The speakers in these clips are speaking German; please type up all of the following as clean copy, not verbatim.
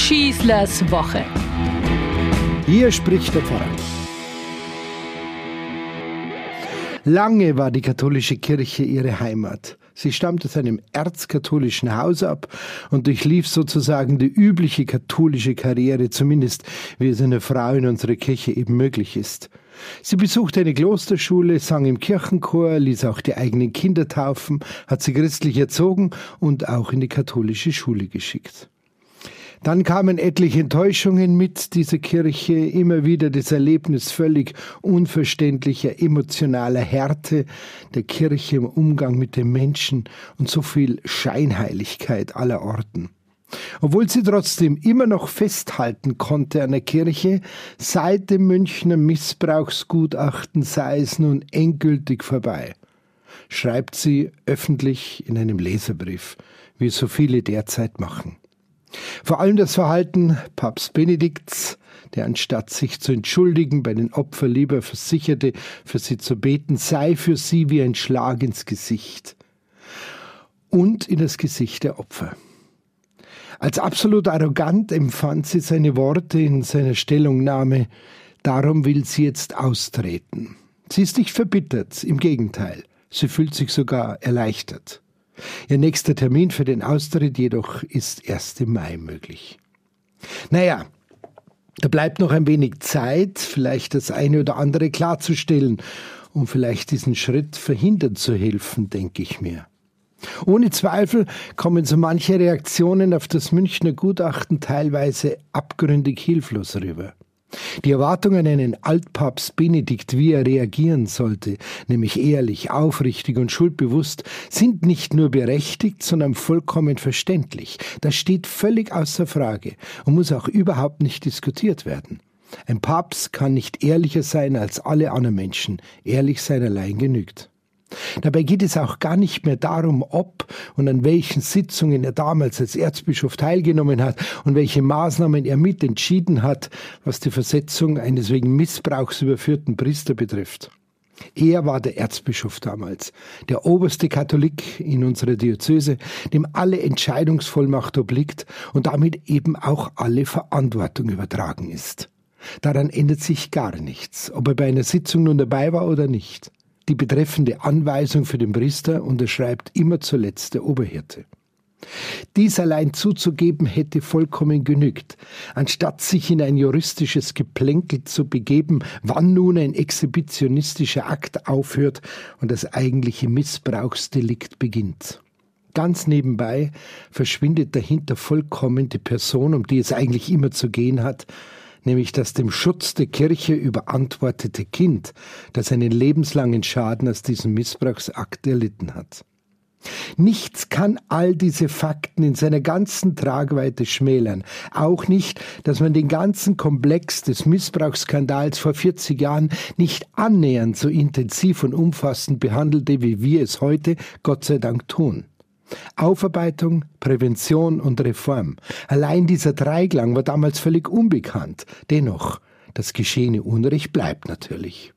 Schießlers Woche. Hier spricht der Pfarrer. Lange war die katholische Kirche ihre Heimat. Sie stammt aus einem erzkatholischen Haus ab und durchlief sozusagen die übliche katholische Karriere, zumindest wie es einer Frau in unserer Kirche eben möglich ist. Sie besuchte eine Klosterschule, sang im Kirchenchor, ließ auch die eigenen Kinder taufen, hat sie christlich erzogen und auch in die katholische Schule geschickt. Dann kamen etliche Enttäuschungen mit dieser Kirche, immer wieder das Erlebnis völlig unverständlicher, emotionaler Härte der Kirche im Umgang mit den Menschen und so viel Scheinheiligkeit aller Orten. Obwohl sie trotzdem immer noch festhalten konnte an der Kirche, seit dem Münchner Missbrauchsgutachten sei es nun endgültig vorbei, schreibt sie öffentlich in einem Leserbrief, wie so viele derzeit machen. Vor allem das Verhalten Papst Benedikts, der anstatt sich zu entschuldigen, bei den Opfern lieber versicherte, für sie zu beten, sei für sie wie ein Schlag ins Gesicht und in das Gesicht der Opfer. Als absolut arrogant empfand sie seine Worte in seiner Stellungnahme, darum will sie jetzt austreten. Sie ist nicht verbittert, im Gegenteil, sie fühlt sich sogar erleichtert. Ihr nächster Termin für den Austritt jedoch ist erst im Mai möglich. Naja, da bleibt noch ein wenig Zeit, vielleicht das eine oder andere klarzustellen, um vielleicht diesen Schritt verhindern zu helfen, denke ich mir. Ohne Zweifel kommen so manche Reaktionen auf das Münchner Gutachten teilweise abgründig hilflos rüber. Die Erwartung an einen Altpapst Benedikt, wie er reagieren sollte, nämlich ehrlich, aufrichtig und schuldbewusst, sind nicht nur berechtigt, sondern vollkommen verständlich. Das steht völlig außer Frage und muss auch überhaupt nicht diskutiert werden. Ein Papst kann nicht ehrlicher sein als alle anderen Menschen. Ehrlich sein allein genügt. Dabei geht es auch gar nicht mehr darum, ob und an welchen Sitzungen er damals als Erzbischof teilgenommen hat und welche Maßnahmen er mitentschieden hat, was die Versetzung eines wegen Missbrauchs überführten Priester betrifft. Er war der Erzbischof damals, der oberste Katholik in unserer Diözese, dem alle Entscheidungsvollmacht obliegt und damit eben auch alle Verantwortung übertragen ist. Daran ändert sich gar nichts, ob er bei einer Sitzung nun dabei war oder nicht. Die betreffende Anweisung für den Priester unterschreibt immer zuletzt der Oberhirte. Dies allein zuzugeben hätte vollkommen genügt, anstatt sich in ein juristisches Geplänkel zu begeben, wann nun ein exhibitionistischer Akt aufhört und das eigentliche Missbrauchsdelikt beginnt. Ganz nebenbei verschwindet dahinter vollkommen die Person, um die es eigentlich immer zu gehen hat, nämlich das dem Schutz der Kirche überantwortete Kind, das einen lebenslangen Schaden aus diesem Missbrauchsakt erlitten hat. Nichts kann all diese Fakten in seiner ganzen Tragweite schmälern. Auch nicht, dass man den ganzen Komplex des Missbrauchsskandals vor 40 Jahren nicht annähernd so intensiv und umfassend behandelte, wie wir es heute, Gott sei Dank, tun. Aufarbeitung, Prävention und Reform. Allein dieser Dreiklang war damals völlig unbekannt. Dennoch, das geschehene Unrecht bleibt natürlich.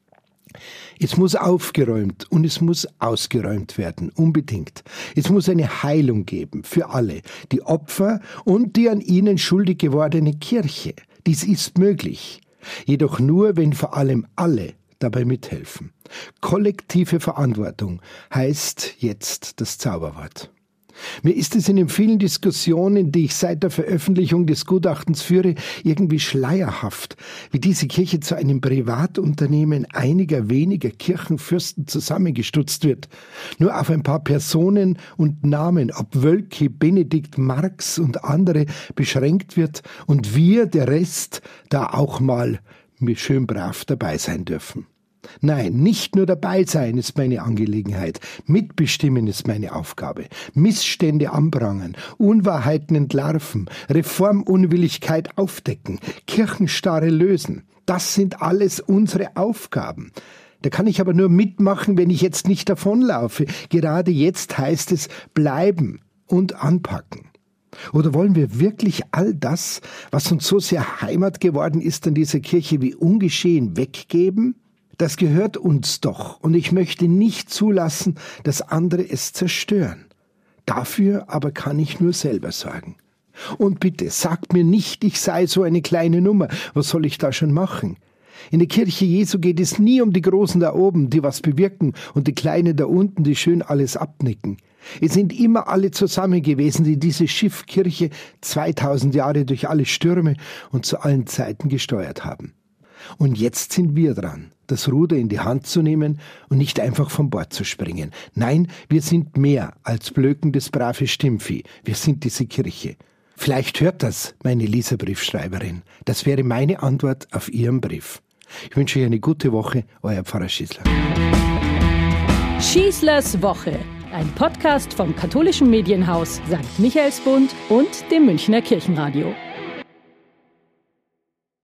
Es muss aufgeräumt und es muss ausgeräumt werden, unbedingt. Es muss eine Heilung geben für alle, die Opfer und die an ihnen schuldig gewordene Kirche. Dies ist möglich, jedoch nur, wenn vor allem alle dabei mithelfen. Kollektive Verantwortung heißt jetzt das Zauberwort. Mir ist es in den vielen Diskussionen, die ich seit der Veröffentlichung des Gutachtens führe, irgendwie schleierhaft, wie diese Kirche zu einem Privatunternehmen einiger weniger Kirchenfürsten zusammengestutzt wird. Nur auf ein paar Personen und Namen, ob Wölki, Benedikt, Marx und andere, beschränkt wird und wir, der Rest, da auch mal schön brav dabei sein dürfen. Nein, nicht nur dabei sein ist meine Angelegenheit, mitbestimmen ist meine Aufgabe, Missstände anprangern, Unwahrheiten entlarven, Reformunwilligkeit aufdecken, Kirchenstarre lösen, das sind alles unsere Aufgaben. Da kann ich aber nur mitmachen, wenn ich jetzt nicht davonlaufe. Gerade jetzt heißt es bleiben und anpacken. Oder wollen wir wirklich all das, was uns so sehr Heimat geworden ist an dieser Kirche, wie ungeschehen weggeben? Das gehört uns doch und ich möchte nicht zulassen, dass andere es zerstören. Dafür aber kann ich nur selber sorgen. Und bitte, sagt mir nicht, ich sei so eine kleine Nummer. Was soll ich da schon machen? In der Kirche Jesu geht es nie um die Großen da oben, die was bewirken, und die Kleinen da unten, die schön alles abnicken. Es sind immer alle zusammen gewesen, die diese Schiffkirche 2000 Jahre durch alle Stürme und zu allen Zeiten gesteuert haben. Und jetzt sind wir dran, das Ruder in die Hand zu nehmen und nicht einfach von Bord zu springen. Nein, wir sind mehr als blökendes brave Stimmvieh. Wir sind diese Kirche. Vielleicht hört das meine Leserbriefschreiberin. Das wäre meine Antwort auf Ihren Brief. Ich wünsche euch eine gute Woche, euer Pfarrer Schießler. Schießlers Woche, ein Podcast vom katholischen Medienhaus St. Michaelsbund und dem Münchner Kirchenradio.